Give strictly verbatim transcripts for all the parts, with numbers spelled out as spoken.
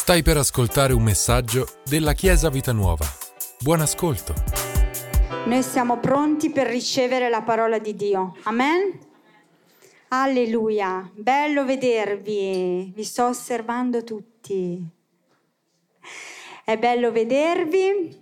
Stai per ascoltare un messaggio della Chiesa Vita Nuova. Buon ascolto. Noi siamo pronti per ricevere la parola di Dio. Amen? Alleluia. Bello vedervi. Vi sto osservando tutti. È bello vedervi.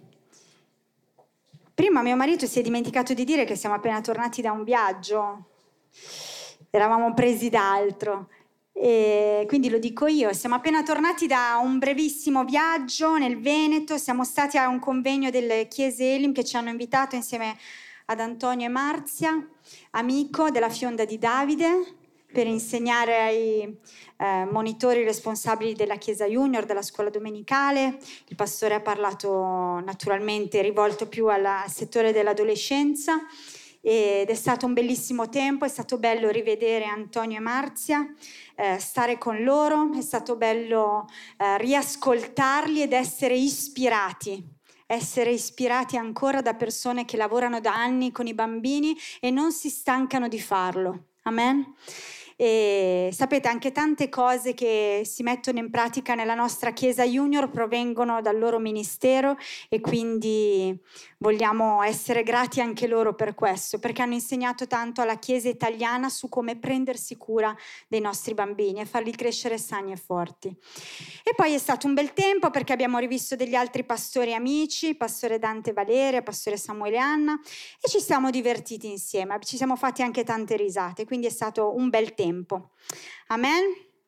Prima mio marito si è dimenticato di dire che siamo appena tornati da un viaggio. Eravamo presi da altro. E quindi lo dico io, siamo appena tornati da un brevissimo viaggio nel Veneto, siamo stati a un convegno delle chiese Elim che ci hanno invitato insieme ad Antonio e Marzia, amico della Fionda di Davide, per insegnare ai eh, monitori responsabili della Chiesa Junior, della scuola domenicale. Il pastore ha parlato naturalmente rivolto più al, al settore dell'adolescenza. Ed è stato un bellissimo tempo, è stato bello rivedere Antonio e Marzia, eh, stare con loro, è stato bello eh, riascoltarli ed essere ispirati, essere ispirati ancora da persone che lavorano da anni con i bambini e non si stancano di farlo. Amen? E sapete, anche tante cose che si mettono in pratica nella nostra Chiesa Junior provengono dal loro ministero e quindi vogliamo essere grati anche loro per questo, perché hanno insegnato tanto alla Chiesa italiana su come prendersi cura dei nostri bambini e farli crescere sani e forti. E poi è stato un bel tempo perché abbiamo rivisto degli altri pastori amici, pastore Dante Valeria, pastore Samuele Anna, e ci siamo divertiti insieme, ci siamo fatti anche tante risate, quindi è stato un bel tempo. Tempo. Amen?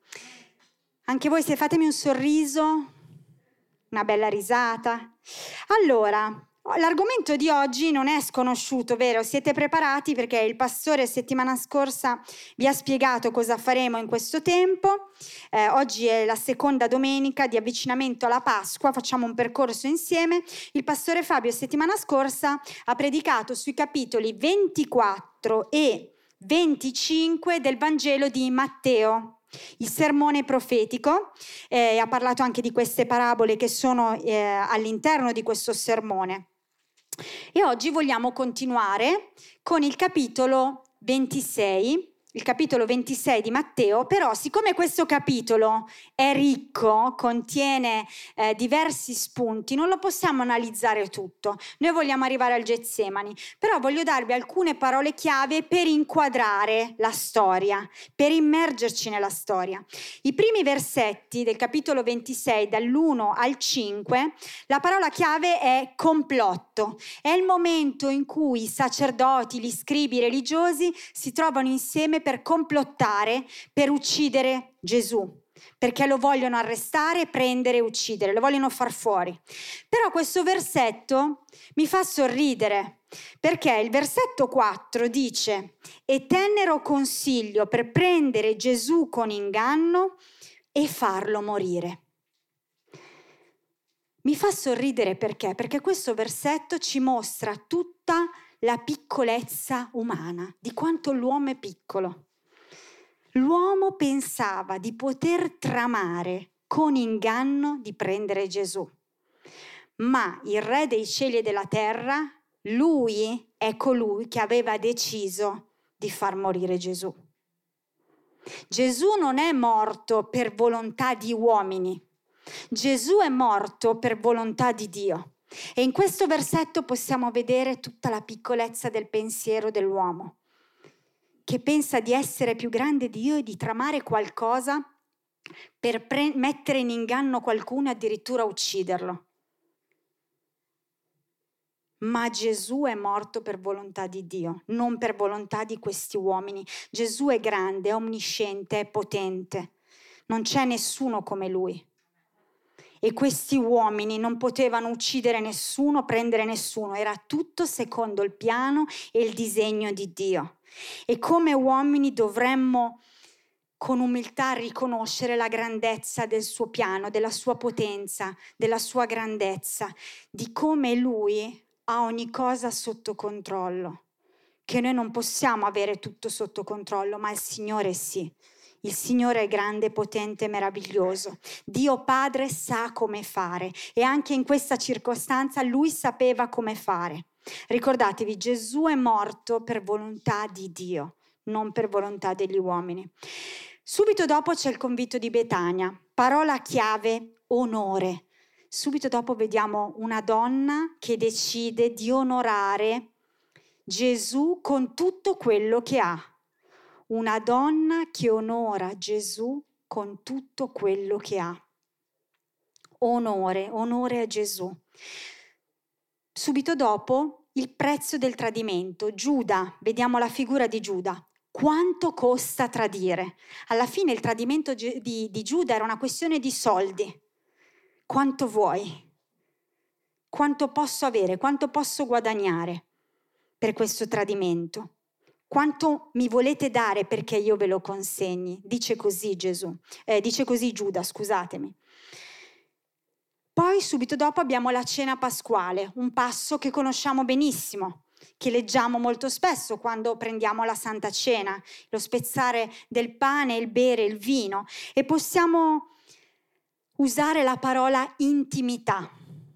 Anche voi se fatemi un sorriso, una bella risata. Allora, l'argomento di oggi non è sconosciuto, vero? Siete preparati? Perché il pastore settimana scorsa vi ha spiegato cosa faremo in questo tempo. Eh, oggi è la seconda domenica di avvicinamento alla Pasqua, facciamo un percorso insieme. Il pastore Fabio settimana scorsa ha predicato sui capitoli ventiquattro e venticinque del Vangelo di Matteo, il sermone profetico, eh, ha parlato anche di queste parabole che sono eh, all'interno di questo sermone. E oggi vogliamo continuare con il capitolo ventisei, il capitolo ventisei di Matteo, però siccome questo capitolo è ricco, contiene eh, diversi spunti, non lo possiamo analizzare tutto. Noi vogliamo arrivare al Getsemani, però voglio darvi alcune parole chiave per inquadrare la storia, per immergerci nella storia. I primi versetti del capitolo ventisei, dall'uno al cinque, la parola chiave è complotto. È il momento in cui i sacerdoti, gli scribi religiosi si trovano insieme per complottare, per uccidere Gesù, perché lo vogliono arrestare, prendere e uccidere, lo vogliono far fuori. Però questo versetto mi fa sorridere, perché il versetto quattro dice: e tennero consiglio per prendere Gesù con inganno e farlo morire. Mi fa sorridere perché? Perché questo versetto ci mostra tutta la piccolezza umana, di quanto l'uomo è piccolo. L'uomo pensava di poter tramare con inganno di prendere Gesù, ma il Re dei cieli e della terra, lui è colui che aveva deciso di far morire Gesù. Gesù non è morto per volontà di uomini, Gesù è morto per volontà di Dio. E in questo versetto possiamo vedere tutta la piccolezza del pensiero dell'uomo, che pensa di essere più grande di Dio e di tramare qualcosa per pre- mettere in inganno qualcuno e addirittura ucciderlo. Ma Gesù è morto per volontà di Dio, non per volontà di questi uomini. Gesù è grande, è onnisciente, è potente. Non c'è nessuno come Lui. E questi uomini non potevano uccidere nessuno, prendere nessuno. Era tutto secondo il piano e il disegno di Dio. E come uomini dovremmo con umiltà riconoscere la grandezza del suo piano, della sua potenza, della sua grandezza, di come Lui ha ogni cosa sotto controllo, che noi non possiamo avere tutto sotto controllo, ma il Signore sì. Il Signore è grande, potente e meraviglioso. Dio Padre sa come fare e anche in questa circostanza Lui sapeva come fare. Ricordatevi, Gesù è morto per volontà di Dio, non per volontà degli uomini. Subito dopo c'è il convito di Betania, parola chiave onore. Subito dopo vediamo una donna che decide di onorare Gesù con tutto quello che ha. Una donna che onora Gesù con tutto quello che ha. Onore, onore a Gesù. Subito dopo il prezzo del tradimento. Giuda, vediamo la figura di Giuda. Quanto costa tradire? Alla fine il tradimento di, di Giuda era una questione di soldi. Quanto vuoi? Quanto posso avere? Quanto posso guadagnare per questo tradimento? Quanto mi volete dare perché io ve lo consegni? Dice così Gesù, eh, dice così Giuda, scusatemi. Poi subito dopo abbiamo la cena pasquale, un passo che conosciamo benissimo, che leggiamo molto spesso quando prendiamo la Santa Cena, lo spezzare del pane, il bere il vino, e possiamo usare la parola intimità.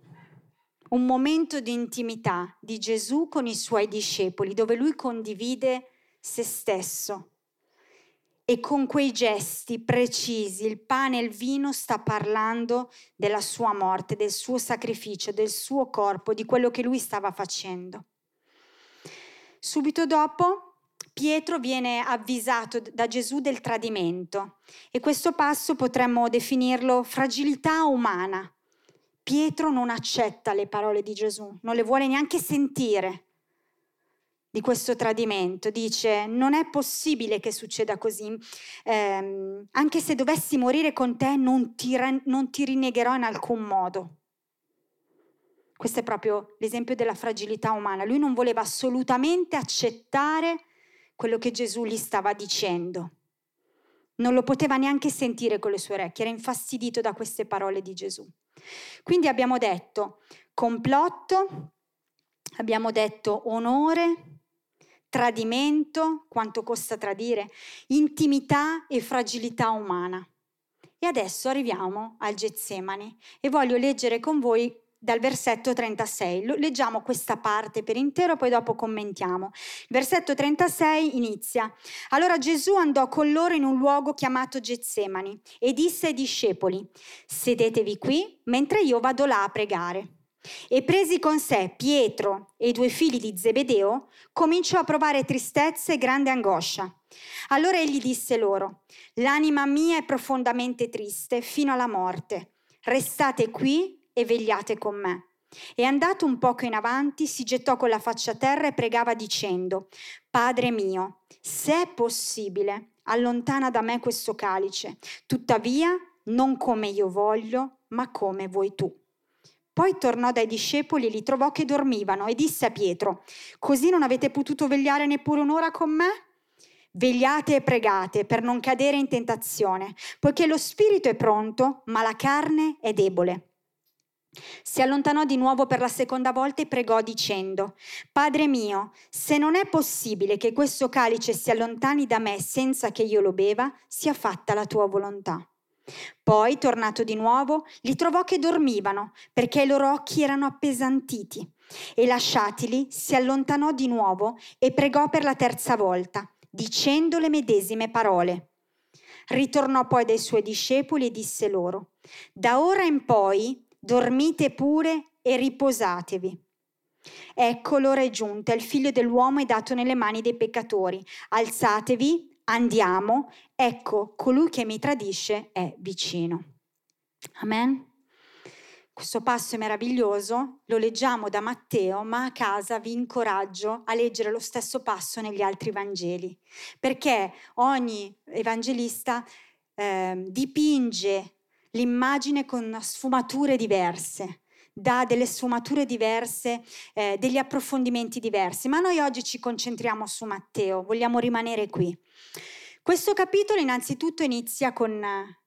Un momento di intimità di Gesù con i suoi discepoli, dove lui condivide se stesso e con quei gesti precisi, il pane e il vino, sta parlando della sua morte, del suo sacrificio, del suo corpo, di quello che lui stava facendo. Subito dopo Pietro viene avvisato da Gesù del tradimento e questo passo potremmo definirlo fragilità umana. Pietro non accetta le parole di Gesù, non le vuole neanche sentire di questo tradimento. Dice: non è possibile che succeda così, eh, anche se dovessi morire con te non ti, non ti rinnegherò in alcun modo. Questo è proprio l'esempio della fragilità umana. Lui non voleva assolutamente accettare quello che Gesù gli stava dicendo. Non lo poteva neanche sentire con le sue orecchie, era infastidito da queste parole di Gesù. Quindi abbiamo detto complotto, abbiamo detto onore, tradimento, quanto costa tradire, intimità e fragilità umana. E adesso arriviamo al Getsemani e voglio leggere con voi dal versetto trentasei. Leggiamo questa parte per intero, poi dopo commentiamo. Il versetto trentasei inizia: allora Gesù andò con loro in un luogo chiamato Getsemani e disse ai discepoli: sedetevi qui mentre io vado là a pregare. E presi con sé Pietro e i due figli di Zebedeo, cominciò a provare tristezza e grande angoscia. Allora egli disse loro: l'anima mia è profondamente triste fino alla morte. Restate qui e vegliate con me. E andato un poco in avanti, si gettò con la faccia a terra e pregava dicendo: Padre mio, se è possibile, allontana da me questo calice, tuttavia non come io voglio, ma come vuoi tu. Poi tornò dai discepoli e li trovò che dormivano e disse a Pietro: così non avete potuto vegliare neppure un'ora con me? Vegliate e pregate per non cadere in tentazione, poiché lo spirito è pronto, ma la carne è debole. Si allontanò di nuovo per la seconda volta e pregò dicendo: Padre mio, se non è possibile che questo calice si allontani da me senza che io lo beva, sia fatta la tua volontà. Poi, tornato di nuovo, li trovò che dormivano, perché i loro occhi erano appesantiti, e lasciatili si allontanò di nuovo e pregò per la terza volta, dicendo le medesime parole. Ritornò poi dai suoi discepoli e disse loro: da ora in poi dormite pure e riposatevi. Ecco, l'ora è giunta, il figlio dell'uomo è dato nelle mani dei peccatori. Alzatevi, andiamo, ecco, colui che mi tradisce è vicino. Amen. Questo passo è meraviglioso, lo leggiamo da Matteo, ma a casa vi incoraggio a leggere lo stesso passo negli altri Vangeli, perché ogni evangelista eh, dipinge l'immagine con sfumature diverse, dà delle sfumature diverse, eh, degli approfondimenti diversi, ma noi oggi ci concentriamo su Matteo, vogliamo rimanere qui. Questo capitolo innanzitutto inizia con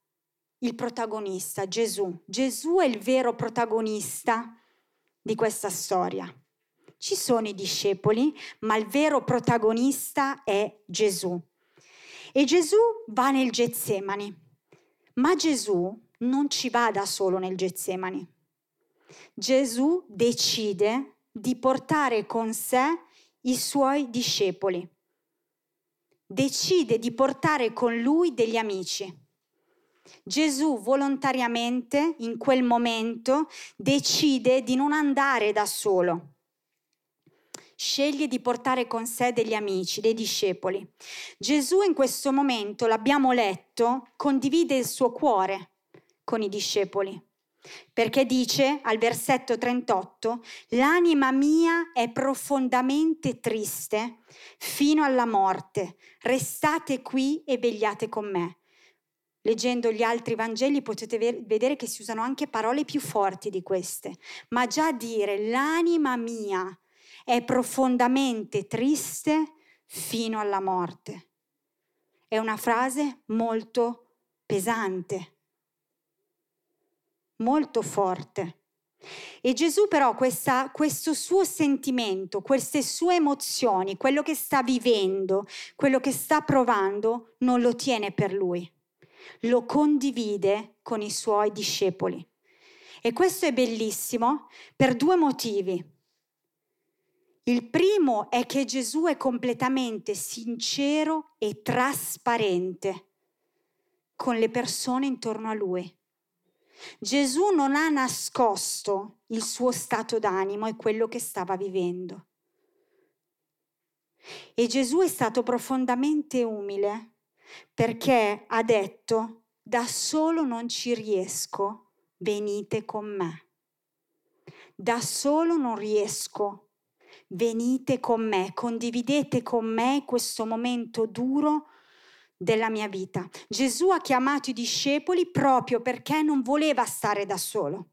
il protagonista, Gesù. Gesù è il vero protagonista di questa storia. Ci sono i discepoli, ma il vero protagonista è Gesù. E Gesù va nel Getsemani, ma Gesù non ci va da solo nel Getsemani. Gesù decide di portare con sé i suoi discepoli. Decide di portare con lui degli amici. Gesù volontariamente in quel momento decide di non andare da solo. Sceglie di portare con sé degli amici, dei discepoli. Gesù in questo momento, l'abbiamo letto, condivide il suo cuore con i discepoli, perché dice al versetto trentotto: l'anima mia è profondamente triste fino alla morte, restate qui e vegliate con me. Leggendo gli altri Vangeli potete vedere che si usano anche parole più forti di queste, ma già dire l'anima mia è profondamente triste fino alla morte è una frase molto pesante, molto forte. E Gesù però questa, questo suo sentimento, queste sue emozioni, quello che sta vivendo, quello che sta provando, non lo tiene per lui. Lo condivide con i suoi discepoli. E questo è bellissimo per due motivi. Il primo è che Gesù è completamente sincero e trasparente con le persone intorno a lui. Gesù non ha nascosto il suo stato d'animo e quello che stava vivendo. E Gesù è stato profondamente umile perché ha detto: da solo non ci riesco, venite con me. Da solo non riesco, venite con me, condividete con me questo momento duro della mia vita. Gesù ha chiamato i discepoli proprio perché non voleva stare da solo.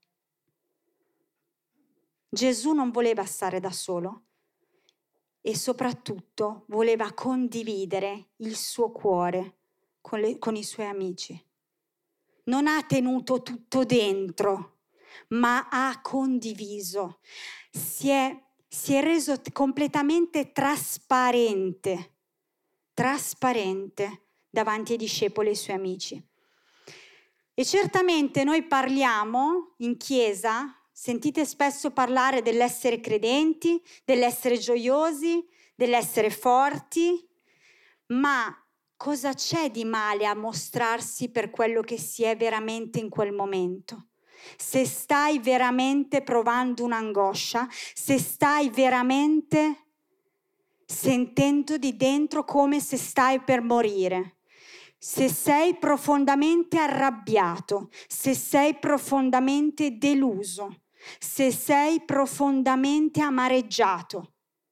Gesù non voleva stare da solo e soprattutto voleva condividere il suo cuore con, le, con i suoi amici. Non ha tenuto tutto dentro, ma ha condiviso. Si è, si è reso completamente trasparente, trasparente davanti ai discepoli e ai suoi amici. E certamente noi parliamo in chiesa, sentite spesso parlare dell'essere credenti, dell'essere gioiosi, dell'essere forti, ma cosa c'è di male a mostrarsi per quello che si è veramente in quel momento? Se stai veramente provando un'angoscia, se stai veramente sentendo di dentro come se stai per morire, se sei profondamente arrabbiato, se sei profondamente deluso, se sei profondamente amareggiato.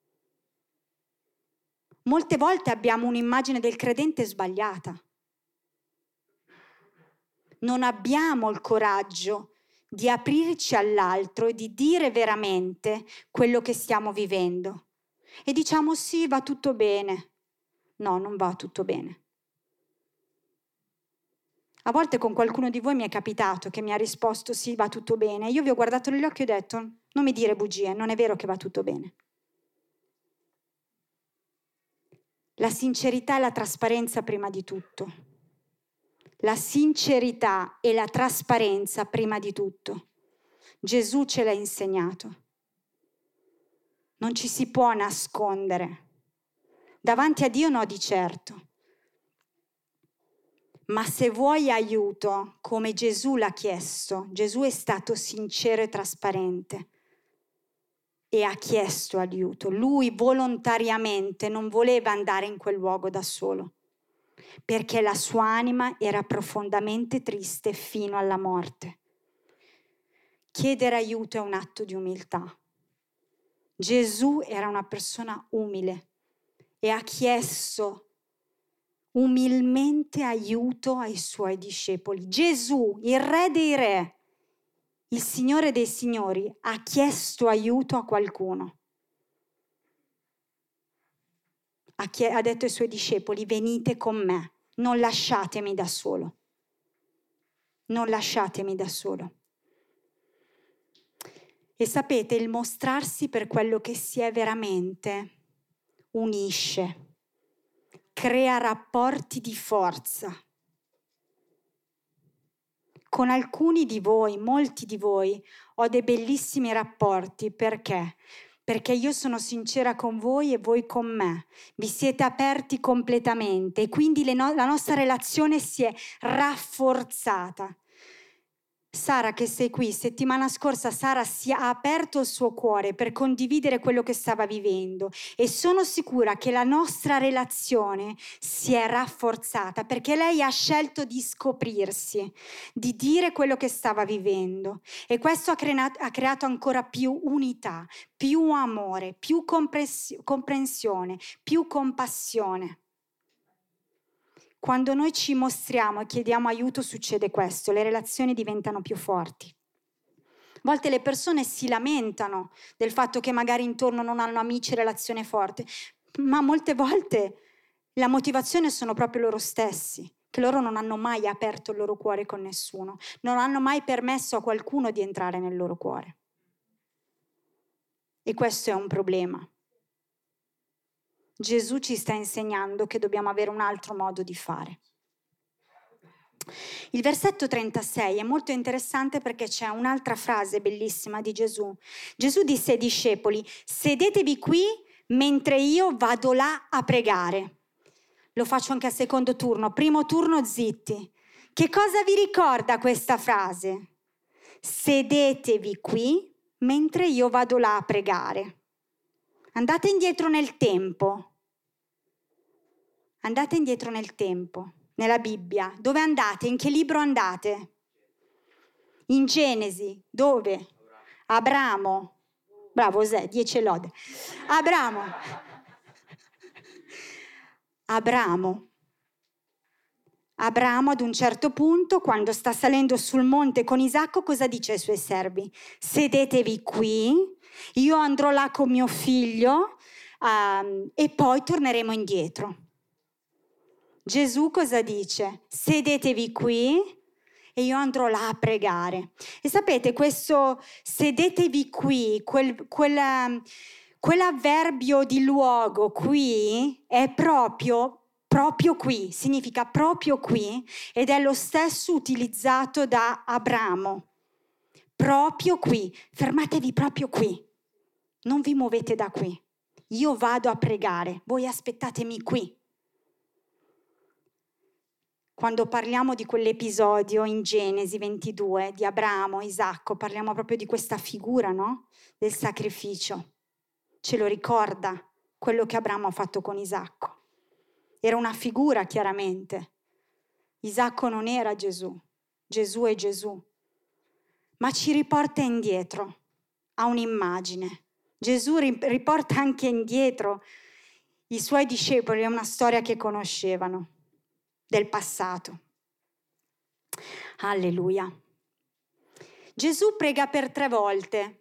Molte volte abbiamo un'immagine del credente sbagliata. Non abbiamo il coraggio di aprirci all'altro e di dire veramente quello che stiamo vivendo. E diciamo sì, va tutto bene. No, non va tutto bene. A volte con qualcuno di voi mi è capitato che mi ha risposto sì, va tutto bene. Io vi ho guardato negli occhi e ho detto: non mi dire bugie, non è vero che va tutto bene. La sincerità e la trasparenza prima di tutto. La sincerità e la trasparenza prima di tutto. Gesù ce l'ha insegnato. Non ci si può nascondere. Davanti a Dio no, di certo. Ma se vuoi aiuto, come Gesù l'ha chiesto, Gesù è stato sincero e trasparente e ha chiesto aiuto. Lui volontariamente non voleva andare in quel luogo da solo, perché la sua anima era profondamente triste fino alla morte. Chiedere aiuto è un atto di umiltà. Gesù era una persona umile e ha chiesto umilmente aiuto ai suoi discepoli. Gesù, il Re dei Re, il Signore dei Signori, ha chiesto aiuto a qualcuno. Ha, chie- ha detto ai suoi discepoli: venite con me, non lasciatemi da solo. Non lasciatemi da solo. E sapete, il mostrarsi per quello che si è veramente unisce, crea rapporti di forza. Con alcuni di voi, molti di voi, ho dei bellissimi rapporti. Perché? perché io sono sincera con voi e voi con me. Vi siete aperti completamente e quindi le no- la nostra relazione si è rafforzata. Sara, che sei qui, settimana scorsa Sara si ha aperto il suo cuore per condividere quello che stava vivendo e sono sicura che la nostra relazione si è rafforzata perché lei ha scelto di scoprirsi, di dire quello che stava vivendo e questo ha creato, ha creato ancora più unità, più amore, più comprensione, più compassione. Quando noi ci mostriamo e chiediamo aiuto succede questo, le relazioni diventano più forti. A volte le persone si lamentano del fatto che magari intorno non hanno amici, relazione forte, ma molte volte la motivazione sono proprio loro stessi, che loro non hanno mai aperto il loro cuore con nessuno, non hanno mai permesso a qualcuno di entrare nel loro cuore. E questo è un problema. Gesù ci sta insegnando che dobbiamo avere un altro modo di fare. Il versetto trentasei è molto interessante perché c'è un'altra frase bellissima di Gesù. Gesù disse ai discepoli: sedetevi qui mentre io vado là a pregare. Lo faccio anche a secondo turno. Primo turno zitti. Che cosa vi ricorda questa frase? Sedetevi qui mentre io vado là a pregare. Andate indietro nel tempo. Andate indietro nel tempo, nella Bibbia. Dove andate? In che libro andate? In Genesi. Dove? Abramo. Bravo Osè, dieci lode. Abramo. Abramo. Abramo ad un certo punto, quando sta salendo sul monte con Isacco, cosa dice ai suoi servi? Sedetevi qui, io andrò là con mio figlio um, e poi torneremo indietro. Gesù cosa dice? Sedetevi qui e io andrò là a pregare. E sapete, questo sedetevi qui, quel, quel, quell'avverbio di luogo qui è proprio proprio qui, significa proprio qui, ed è lo stesso utilizzato da Abramo. Proprio qui, fermatevi proprio qui, non vi muovete da qui. Io vado a pregare, voi aspettatemi qui. Quando parliamo di quell'episodio in Genesi ventidue di Abramo, Isacco, parliamo proprio di questa figura, no? Del sacrificio. Ce lo ricorda quello che Abramo ha fatto con Isacco. Era una figura, chiaramente. Isacco non era Gesù, Gesù è Gesù. Ma ci riporta indietro a un'immagine. Gesù riporta anche indietro i suoi discepoli, è una storia che conoscevano, del passato. Alleluia. Gesù prega per tre volte.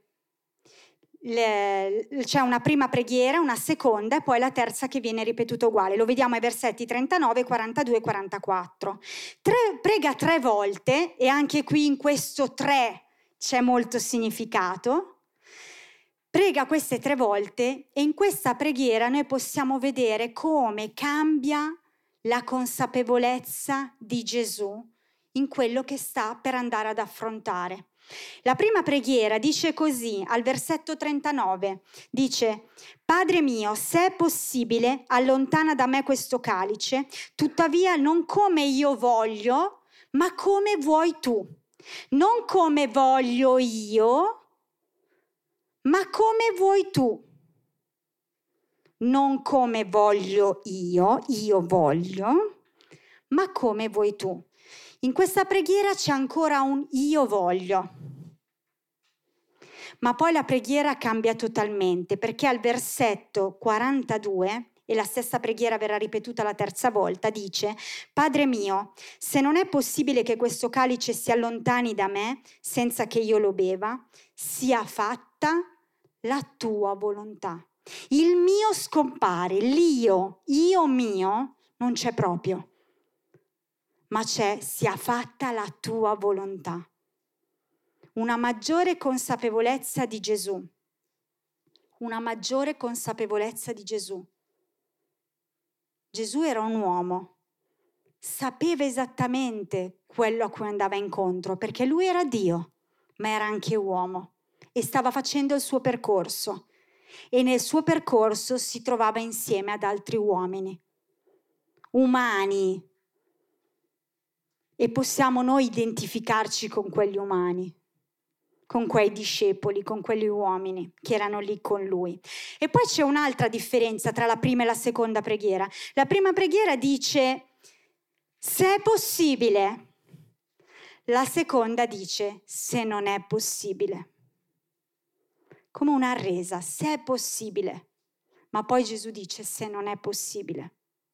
Le, c'è una prima preghiera, una seconda e poi la terza che viene ripetuta uguale. Lo vediamo ai versetti trentanove, quarantadue e quarantaquattro. Tre, prega tre volte e anche qui in questo tre c'è molto significato. Prega queste tre volte e in questa preghiera noi possiamo vedere come cambia la consapevolezza di Gesù in quello che sta per andare ad affrontare. La prima preghiera dice così, al versetto trentanove, dice: Padre mio, se è possibile, allontana da me questo calice, tuttavia non come io voglio, ma come vuoi tu. Non come voglio io, ma come vuoi tu. Non come voglio io, io voglio, ma come vuoi tu. In questa preghiera c'è ancora un io voglio, ma poi la preghiera cambia totalmente, perché al versetto quarantadue, e la stessa preghiera verrà ripetuta la terza volta, dice: Padre mio, se non è possibile che questo calice si allontani da me senza che io lo beva, sia fatta la tua volontà. Il mio scompare, l'io, io mio, non c'è proprio. Ma c'è, sia fatta la tua volontà. Una maggiore consapevolezza di Gesù. Una maggiore consapevolezza di Gesù. Gesù era un uomo, sapeva esattamente quello a cui andava incontro, perché lui era Dio, ma era anche uomo e stava facendo il suo percorso. e nel suo percorso si trovava insieme ad altri uomini, umani, e possiamo noi identificarci con quegli umani, con quei discepoli, con quegli uomini che erano lì con lui. E poi c'è un'altra differenza tra la prima e la seconda preghiera. La prima preghiera dice: se è possibile. La seconda dice: se non è possibile. Come una resa, se è possibile. Ma poi Gesù dice: se non è possibile.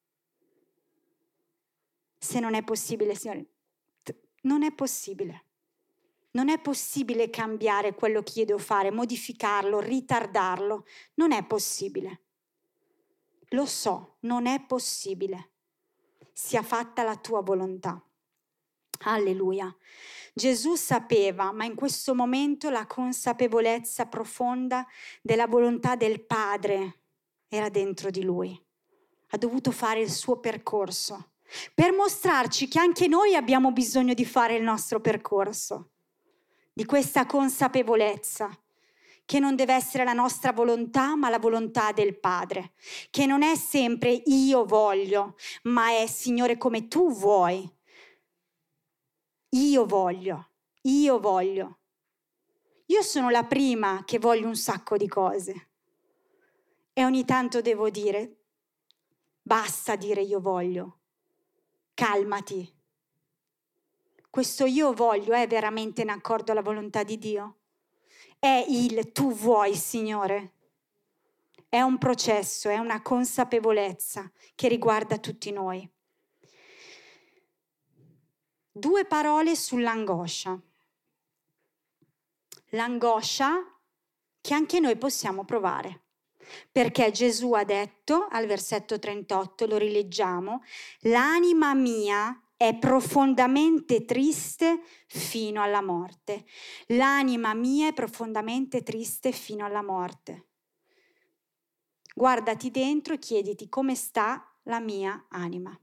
Se non è possibile, Signore, non è possibile. Non è possibile cambiare quello che io devo fare, modificarlo, ritardarlo. Non è possibile. Lo so, non è possibile. Sia fatta la tua volontà. Alleluia. Gesù sapeva, ma in questo momento la consapevolezza profonda della volontà del Padre era dentro di lui. Ha dovuto fare il suo percorso per mostrarci che anche noi abbiamo bisogno di fare il nostro percorso, di questa consapevolezza che non deve essere la nostra volontà, ma la volontà del Padre, che non è sempre io voglio, ma è Signore come tu vuoi. Io voglio, io voglio. Io sono la prima che voglio un sacco di cose e ogni tanto devo dire: basta dire io voglio, calmati. Questo io voglio è veramente in accordo alla volontà di Dio? È il tu vuoi, Signore? È un processo, è una consapevolezza che riguarda tutti noi. Due parole sull'angoscia. L'angoscia che anche noi possiamo provare, perché Gesù ha detto al versetto trentotto, lo rileggiamo: l'anima mia è profondamente triste fino alla morte. L'anima mia è profondamente triste fino alla morte. Guardati dentro e chiediti: come sta la mia anima?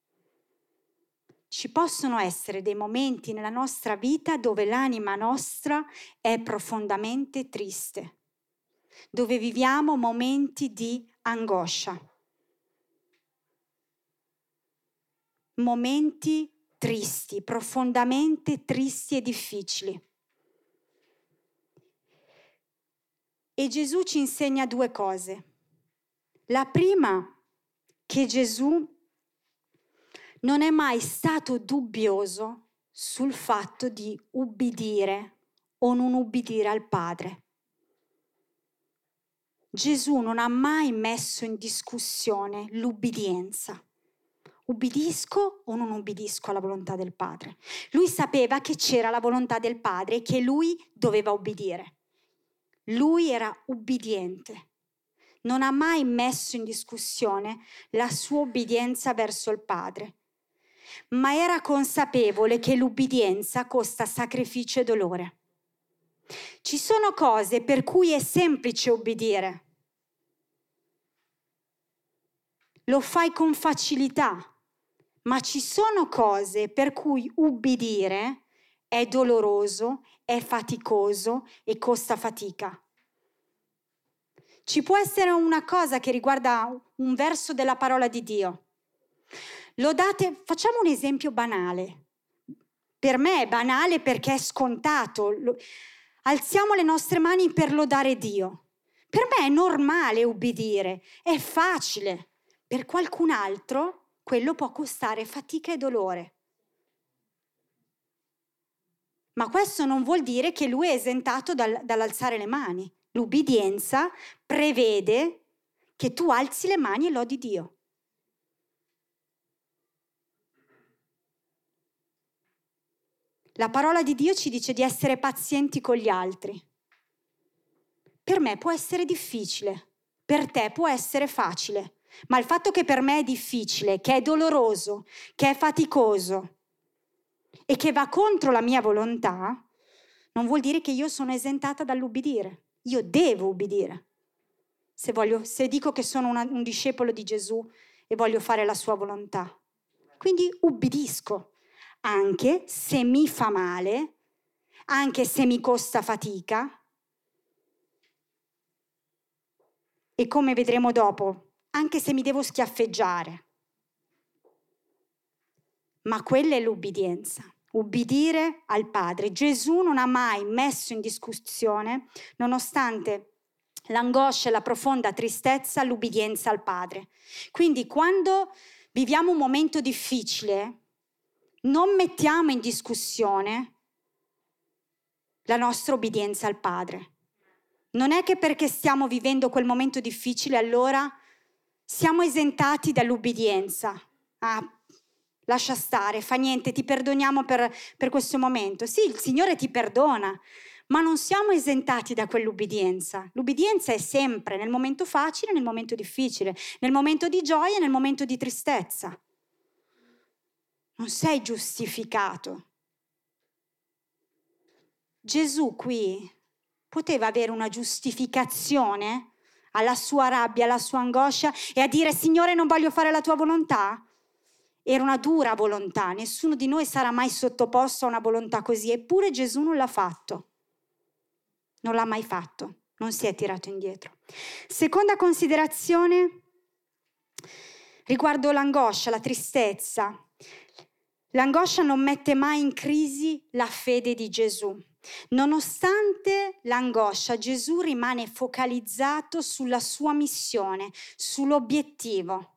Ci possono essere dei momenti nella nostra vita dove l'anima nostra è profondamente triste, dove viviamo momenti di angoscia, momenti tristi, profondamente tristi e difficili. E Gesù ci insegna due cose. La prima, che Gesù non è mai stato dubbioso sul fatto di ubbidire o non ubbidire al Padre. Gesù non ha mai messo in discussione l'ubbidienza. Ubbidisco o non ubbidisco alla volontà del Padre? Lui sapeva che c'era la volontà del Padre e che lui doveva ubbidire. Lui era ubbidiente. Non ha mai messo in discussione la sua ubbidienza verso il Padre, ma era consapevole che l'ubbidienza costa sacrificio e dolore. Ci sono cose per cui è semplice ubbidire. Lo fai con facilità, ma ci sono cose per cui ubbidire è doloroso, è faticoso e costa fatica. Ci può essere una cosa che riguarda un verso della parola di Dio. Lodate, facciamo un esempio banale. Per me è banale perché è scontato. Alziamo le nostre mani per lodare Dio. Per me è normale ubbidire, è facile. Per qualcun altro quello può costare fatica e dolore. Ma questo non vuol dire che lui è esentato dal, dall'alzare le mani. L'ubbidienza prevede che tu alzi le mani e lodi Dio. La parola di Dio ci dice di essere pazienti con gli altri. Per me può essere difficile, per te può essere facile, ma il fatto che per me è difficile, che è doloroso, che è faticoso e che va contro la mia volontà, non vuol dire che io sono esentata dall'ubbidire. Io devo ubbidire. Se, voglio, se dico che sono una, un discepolo di Gesù e voglio fare la sua volontà. Quindi ubbidisco, anche se mi fa male, anche se mi costa fatica. e come vedremo dopo, anche se mi devo schiaffeggiare. Ma quella è l'ubbidienza, ubbidire al Padre. Gesù non ha mai messo in discussione, nonostante l'angoscia e la profonda tristezza, l'ubbidienza al Padre. Quindi quando viviamo un momento difficile, non mettiamo in discussione la nostra obbedienza al Padre. Non è che perché stiamo vivendo quel momento difficile allora siamo esentati dall'ubbidienza. Ah, lascia stare, fa niente, ti perdoniamo per, per questo momento. Sì, il Signore ti perdona, ma non siamo esentati da quell'ubbidienza. L'ubbidienza è sempre nel momento facile e nel momento difficile, nel momento di gioia e nel momento di tristezza. Non sei giustificato. Gesù qui poteva avere una giustificazione alla sua rabbia, alla sua angoscia e a dire: Signore, non voglio fare la tua volontà? Era una dura volontà, nessuno di noi sarà mai sottoposto a una volontà così, eppure Gesù non l'ha fatto, non l'ha mai fatto, non si è tirato indietro. Seconda considerazione riguardo l'angoscia, la tristezza. L'angoscia non mette mai in crisi la fede di Gesù. Nonostante l'angoscia, Gesù rimane focalizzato sulla sua missione, sull'obiettivo,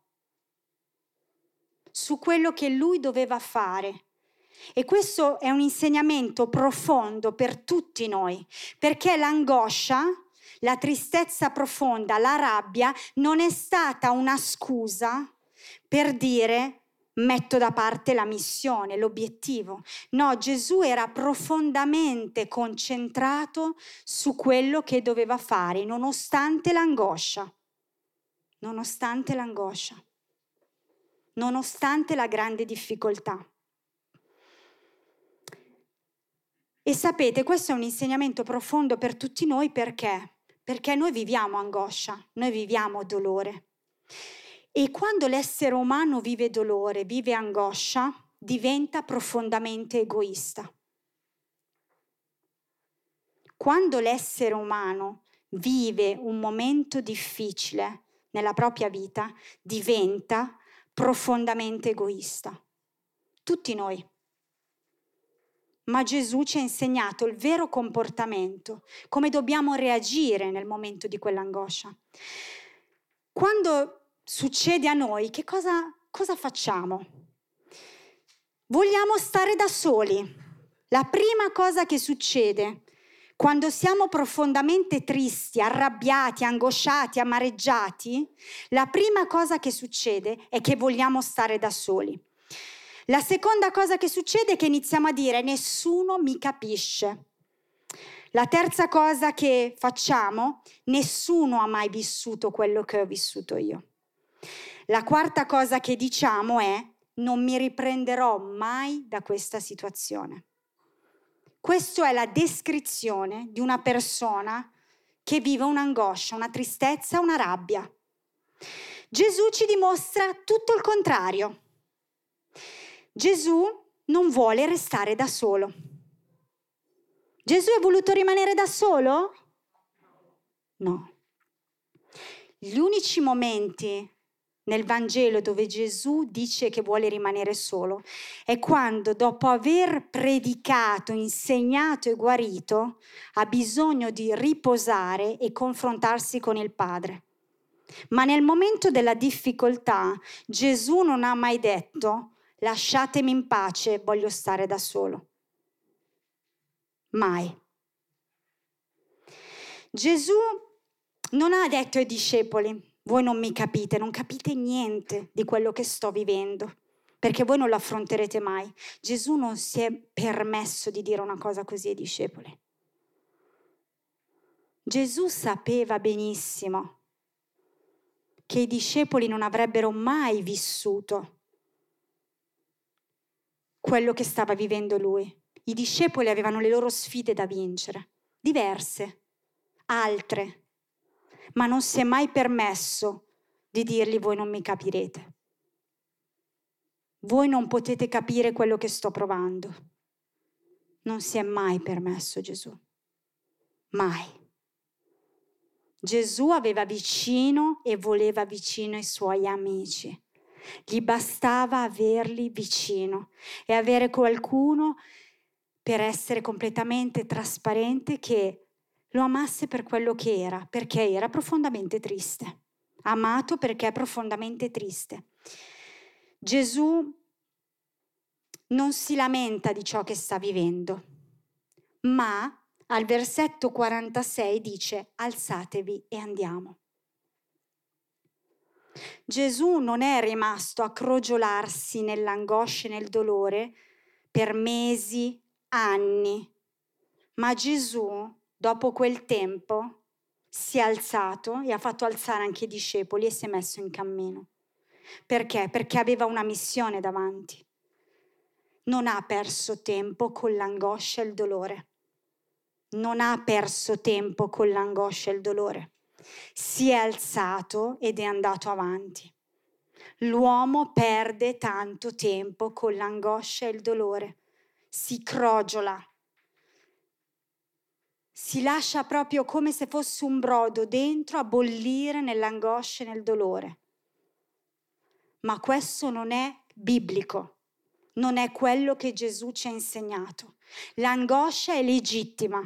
su quello che lui doveva fare. E questo è un insegnamento profondo per tutti noi, perché l'angoscia, la tristezza profonda, la rabbia non è stata una scusa per dire metto da parte la missione, l'obiettivo. No, Gesù era profondamente concentrato su quello che doveva fare, nonostante l'angoscia, nonostante l'angoscia, nonostante la grande difficoltà. E sapete, questo è un insegnamento profondo per tutti noi perché? Perché noi viviamo angoscia, noi viviamo dolore. E quando l'essere umano vive dolore, vive angoscia, diventa profondamente egoista. Quando l'essere umano vive un momento difficile nella propria vita, diventa profondamente egoista. Tutti noi. Ma Gesù ci ha insegnato il vero comportamento, come dobbiamo reagire nel momento di quell'angoscia. Quando succede a noi, che cosa, cosa facciamo? Vogliamo stare da soli. La prima cosa che succede quando siamo profondamente tristi, arrabbiati, angosciati, amareggiati, la prima cosa che succede è che vogliamo stare da soli. La seconda cosa che succede è che iniziamo a dire: nessuno mi capisce. La terza cosa che facciamo: nessuno ha mai vissuto quello che ho vissuto io. La quarta cosa che diciamo è: non mi riprenderò mai da questa situazione. Questa è la descrizione di una persona che vive un'angoscia, una tristezza, una rabbia. Gesù ci dimostra tutto il contrario. Gesù non vuole restare da solo. Gesù è voluto rimanere da solo? No. Gli unici momenti nel Vangelo dove Gesù dice che vuole rimanere solo è quando, dopo aver predicato, insegnato e guarito, ha bisogno di riposare e confrontarsi con il Padre. Ma nel momento della difficoltà Gesù non ha mai detto: lasciatemi in pace, voglio stare da solo. Mai. Gesù non ha detto ai discepoli: voi non mi capite, non capite niente di quello che sto vivendo, perché voi non lo affronterete mai. Gesù non si è permesso di dire una cosa così ai discepoli. Gesù sapeva benissimo che i discepoli non avrebbero mai vissuto quello che stava vivendo lui. I discepoli avevano le loro sfide da vincere, diverse, altre. Ma non si è mai permesso di dirgli: voi non mi capirete. Voi non potete capire quello che sto provando. Non si è mai permesso Gesù. Mai. Gesù aveva vicino e voleva vicino i suoi amici. Gli bastava averli vicino e avere qualcuno per essere completamente trasparente, che lo amasse per quello che era, perché era profondamente triste. Amato perché è profondamente triste. Gesù non si lamenta di ciò che sta vivendo, ma al versetto quarantasei dice: alzatevi e andiamo. Gesù non è rimasto a crogiolarsi nell'angoscia e nel dolore per mesi, anni, ma Gesù, dopo quel tempo, si è alzato e ha fatto alzare anche i discepoli e si è messo in cammino. Perché? Perché aveva una missione davanti. Non ha perso tempo con l'angoscia e il dolore. Non ha perso tempo con l'angoscia e il dolore. Si è alzato ed è andato avanti. L'uomo perde tanto tempo con l'angoscia e il dolore. Si crogiola. Si lascia proprio come se fosse un brodo dentro a bollire nell'angoscia e nel dolore. Ma questo non è biblico. Non è quello che Gesù ci ha insegnato. L'angoscia è legittima.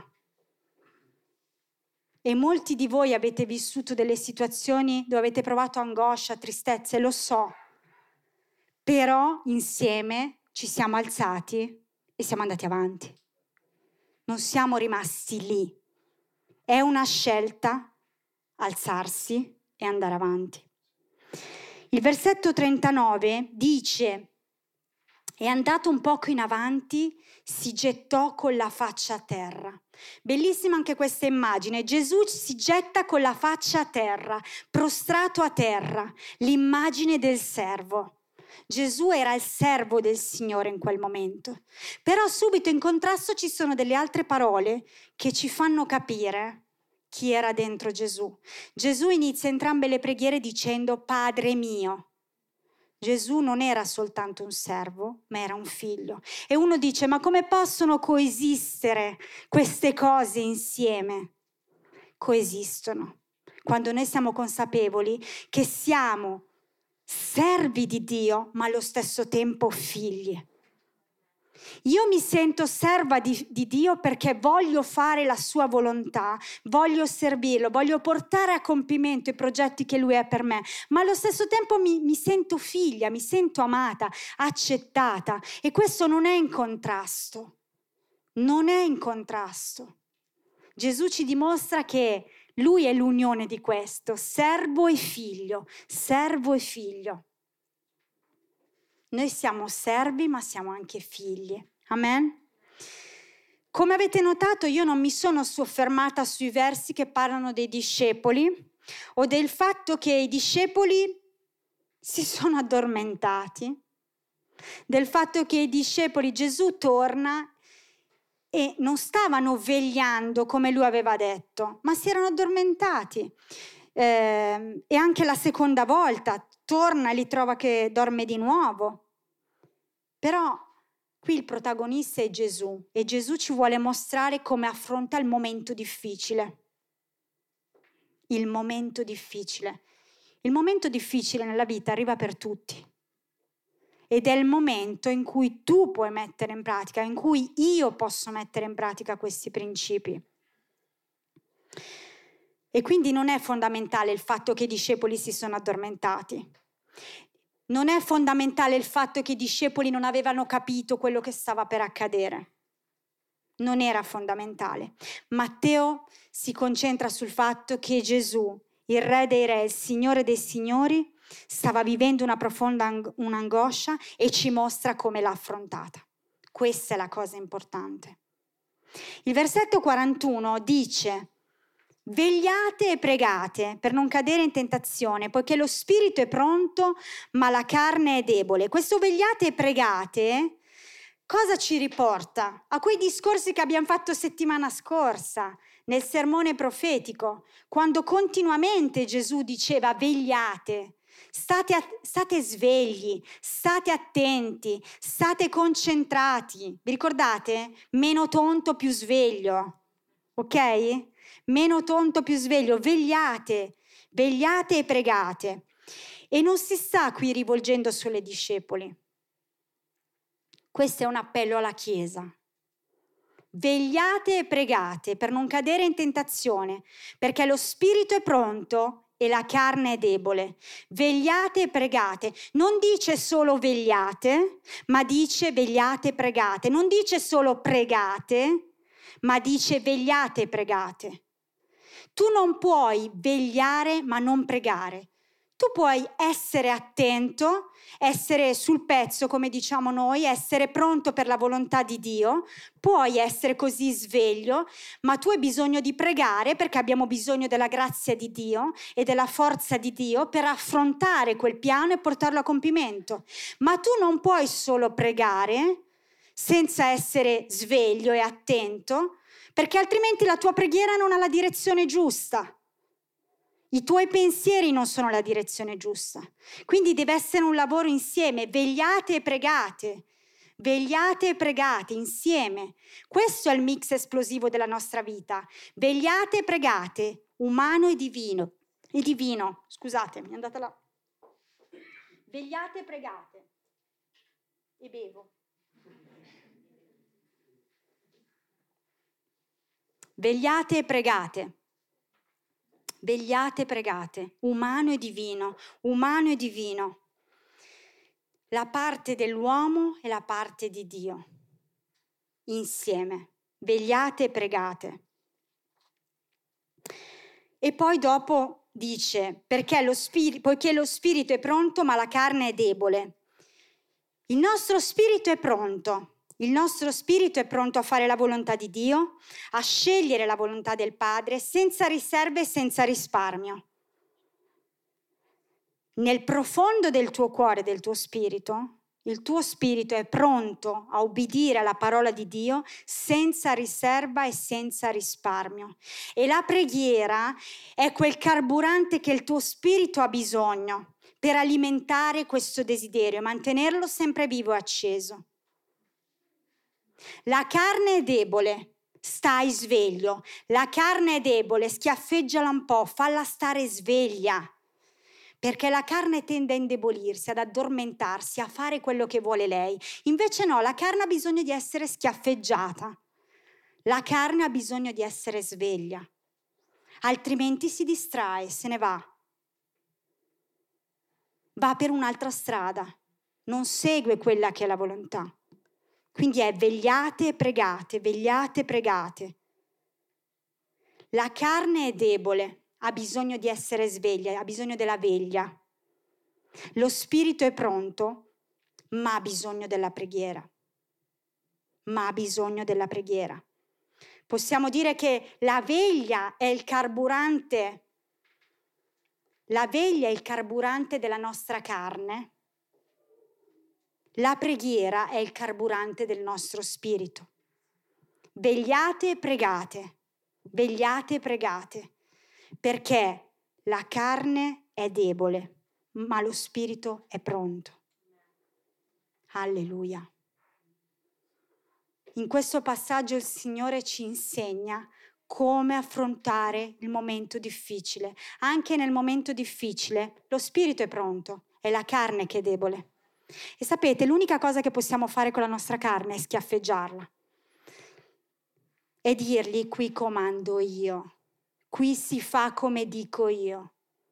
E molti di voi avete vissuto delle situazioni dove avete provato angoscia, tristezza, e lo so. Però insieme ci siamo alzati e siamo andati avanti. Non siamo rimasti lì. È una scelta alzarsi e andare avanti. Il versetto trentanove dice: è andato un poco in avanti, si gettò con la faccia a terra. Bellissima anche questa immagine. Gesù si getta con la faccia a terra, prostrato a terra, l'immagine del servo. Gesù era il servo del Signore in quel momento. Però subito in contrasto ci sono delle altre parole che ci fanno capire chi era dentro Gesù. Gesù inizia entrambe le preghiere dicendo: Padre mio. Gesù non era soltanto un servo, ma era un figlio. E uno dice: ma come possono coesistere queste cose insieme? Coesistono quando noi siamo consapevoli che siamo servi di Dio, ma allo stesso tempo figli. Io mi sento serva di, di Dio perché voglio fare la sua volontà, voglio servirlo, voglio portare a compimento i progetti che Lui ha per me, ma allo stesso tempo mi, mi sento figlia, mi sento amata, accettata, e questo non è in contrasto, non è in contrasto. Gesù ci dimostra che Lui è l'unione di questo, servo e figlio, servo e figlio. Noi siamo servi, ma siamo anche figli. Amen? Come avete notato, io non mi sono soffermata sui versi che parlano dei discepoli o del fatto che i discepoli si sono addormentati, del fatto che i discepoli, Gesù torna e non stavano vegliando come Lui aveva detto, ma si erano addormentati. Eh, e anche la seconda volta torna e li trova che dorme di nuovo. Però qui il protagonista è Gesù e Gesù ci vuole mostrare come affronta il momento difficile. Il momento difficile. Il momento difficile nella vita arriva per tutti. Ed è il momento in cui tu puoi mettere in pratica, in cui io posso mettere in pratica questi principi. E quindi non è fondamentale il fatto che i discepoli si sono addormentati. Non è fondamentale il fatto che i discepoli non avevano capito quello che stava per accadere. Non era fondamentale. Matteo si concentra sul fatto che Gesù, il Re dei Re, il Signore dei Signori, stava vivendo una profonda ang- un'angoscia e ci mostra come l'ha affrontata. Questa è la cosa importante. Il versetto quarantuno dice: vegliate e pregate per non cadere in tentazione, poiché lo spirito è pronto, ma la carne è debole. Questo vegliate e pregate cosa ci riporta? A quei discorsi che abbiamo fatto settimana scorsa, nel sermone profetico, quando continuamente Gesù diceva vegliate, state, a, state svegli, state attenti, state concentrati. Vi ricordate? Meno tonto, più sveglio. Ok? meno tonto, più sveglio, vegliate, vegliate e pregate. E non si sta qui rivolgendo solo ai discepoli. Questo è un appello alla Chiesa. Vegliate e pregate per non cadere in tentazione, perché lo spirito è pronto e la carne è debole. Vegliate e pregate. Non dice solo vegliate, ma dice vegliate e pregate. Non dice solo pregate, ma dice vegliate e pregate. Tu non puoi vegliare ma non pregare. Tu puoi essere attento, essere sul pezzo, come diciamo noi, essere pronto per la volontà di Dio, puoi essere così sveglio, ma tu hai bisogno di pregare perché abbiamo bisogno della grazia di Dio e della forza di Dio per affrontare quel piano e portarlo a compimento. Ma tu non puoi solo pregare senza essere sveglio e attento, perché altrimenti la tua preghiera non ha la direzione giusta. I tuoi pensieri non sono la direzione giusta. Quindi deve essere un lavoro insieme. Vegliate e pregate. Vegliate e pregate insieme. Questo è il mix esplosivo della nostra vita. Vegliate e pregate, umano e divino. E divino, scusate, mi è andata là. Vegliate e pregate. E bevo. Vegliate e pregate. Vegliate e pregate, umano e divino, umano e divino. La parte dell'uomo e la parte di Dio, insieme. Vegliate e pregate. E poi dopo dice, perché lo spirito, poiché lo spirito è pronto ma la carne è debole. Il nostro spirito è pronto. Il nostro spirito è pronto a fare la volontà di Dio, a scegliere la volontà del Padre, senza riserve e senza risparmio. Nel profondo del tuo cuore, del tuo spirito, il tuo spirito è pronto a ubbidire alla parola di Dio senza riserva e senza risparmio. E la preghiera è quel carburante che il tuo spirito ha bisogno per alimentare questo desiderio e mantenerlo sempre vivo e acceso. La carne è debole, stai sveglio. La carne è debole, schiaffeggiala un po', falla stare sveglia. Perché la carne tende a indebolirsi, ad addormentarsi, a fare quello che vuole lei. Invece no, la carne ha bisogno di essere schiaffeggiata. La carne ha bisogno di essere sveglia. Altrimenti si distrae, se ne va. Va per un'altra strada, non segue quella che è la volontà. Quindi è vegliate e pregate, vegliate e pregate. La carne è debole, ha bisogno di essere sveglia, ha bisogno della veglia. Lo spirito è pronto, ma ha bisogno della preghiera. Ma ha bisogno della preghiera. Possiamo dire che la veglia è il carburante. La veglia è il carburante della nostra carne. La preghiera è il carburante del nostro spirito. Vegliate e pregate, vegliate e pregate, perché la carne è debole, ma lo spirito è pronto. Alleluia. In questo passaggio il Signore ci insegna come affrontare il momento difficile. Anche nel momento difficile lo spirito è pronto, è la carne che è debole. E sapete, l'unica cosa che possiamo fare con la nostra carne è schiaffeggiarla e dirgli: qui comando io, qui si fa come dico io,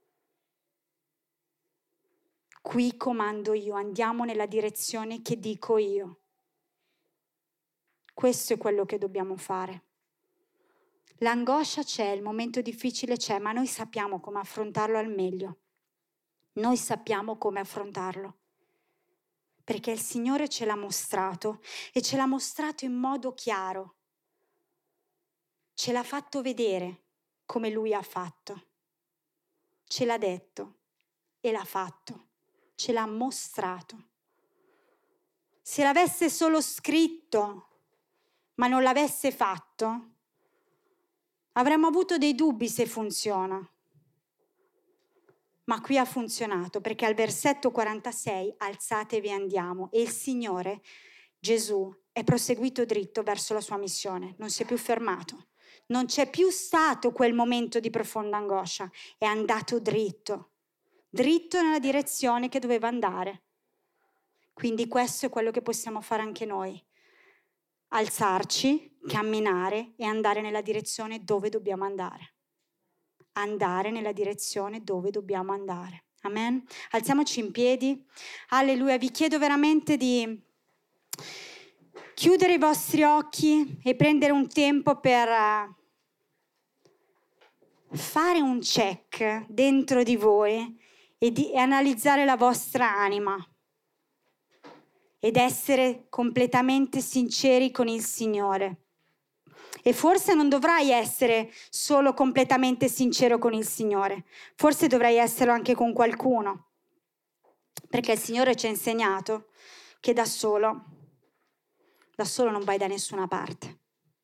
qui comando io, andiamo nella direzione che dico io. Questo è quello che dobbiamo fare. L'angoscia c'è, il momento difficile c'è, ma noi sappiamo come affrontarlo al meglio. Noi sappiamo come affrontarlo. Perché il Signore ce l'ha mostrato e ce l'ha mostrato in modo chiaro. Ce l'ha fatto vedere come Lui ha fatto. Ce l'ha detto e l'ha fatto. Ce l'ha mostrato. Se l'avesse solo scritto, ma non l'avesse fatto, avremmo avuto dei dubbi se funziona. Ma qui ha funzionato, perché al versetto quarantasei alzatevi e andiamo, e il Signore Gesù è proseguito dritto verso la sua missione, non si è più fermato. Non c'è più stato quel momento di profonda angoscia, è andato dritto, dritto nella direzione che doveva andare. Quindi questo è quello che possiamo fare anche noi. Alzarci, camminare e andare nella direzione dove dobbiamo andare. Andare nella direzione dove dobbiamo andare. Amen. Alziamoci in piedi. Alleluia. Vi chiedo veramente di chiudere i vostri occhi e prendere un tempo per fare un check dentro di voi e, di, e analizzare la vostra anima ed essere completamente sinceri con il Signore. E forse non dovrai essere solo completamente sincero con il Signore, forse dovrai esserlo anche con qualcuno, perché il Signore ci ha insegnato che da solo, da solo non vai da nessuna parte.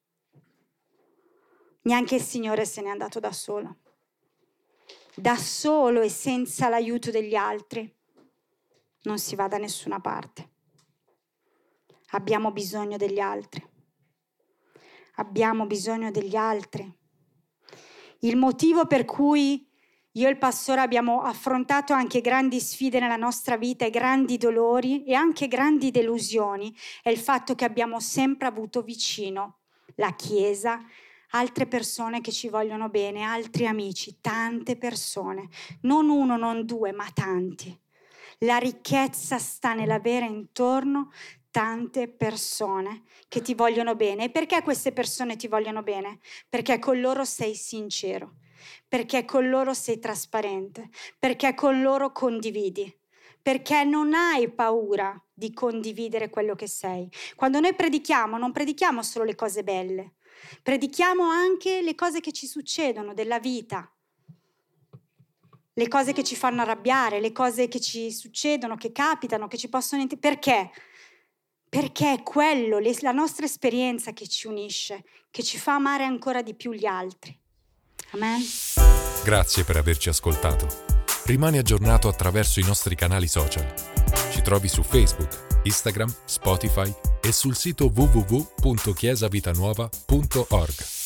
Neanche il Signore se n'è andato da solo. Da solo e senza l'aiuto degli altri non si va da nessuna parte. Abbiamo bisogno degli altri. Abbiamo bisogno degli altri. Il motivo per cui io e il pastore abbiamo affrontato anche grandi sfide nella nostra vita e grandi dolori e anche grandi delusioni è il fatto che abbiamo sempre avuto vicino la Chiesa, altre persone che ci vogliono bene, altri amici, tante persone, non uno, non due, ma tanti. La ricchezza sta nell'avere intorno tante persone che ti vogliono bene. E perché queste persone ti vogliono bene? Perché con loro sei sincero, perché con loro sei trasparente, perché con loro condividi, perché non hai paura di condividere quello che sei. Quando noi predichiamo, non predichiamo solo le cose belle, predichiamo anche le cose che ci succedono della vita, le cose che ci fanno arrabbiare, le cose che ci succedono, che capitano, che ci possono... Perché? Perché è quello, la nostra esperienza che ci unisce, che ci fa amare ancora di più gli altri. Amen. Grazie per averci ascoltato. Rimani aggiornato attraverso i nostri canali social. Ci trovi su Facebook, Instagram, Spotify e sul sito w w w punto chiesa vitanuova punto org.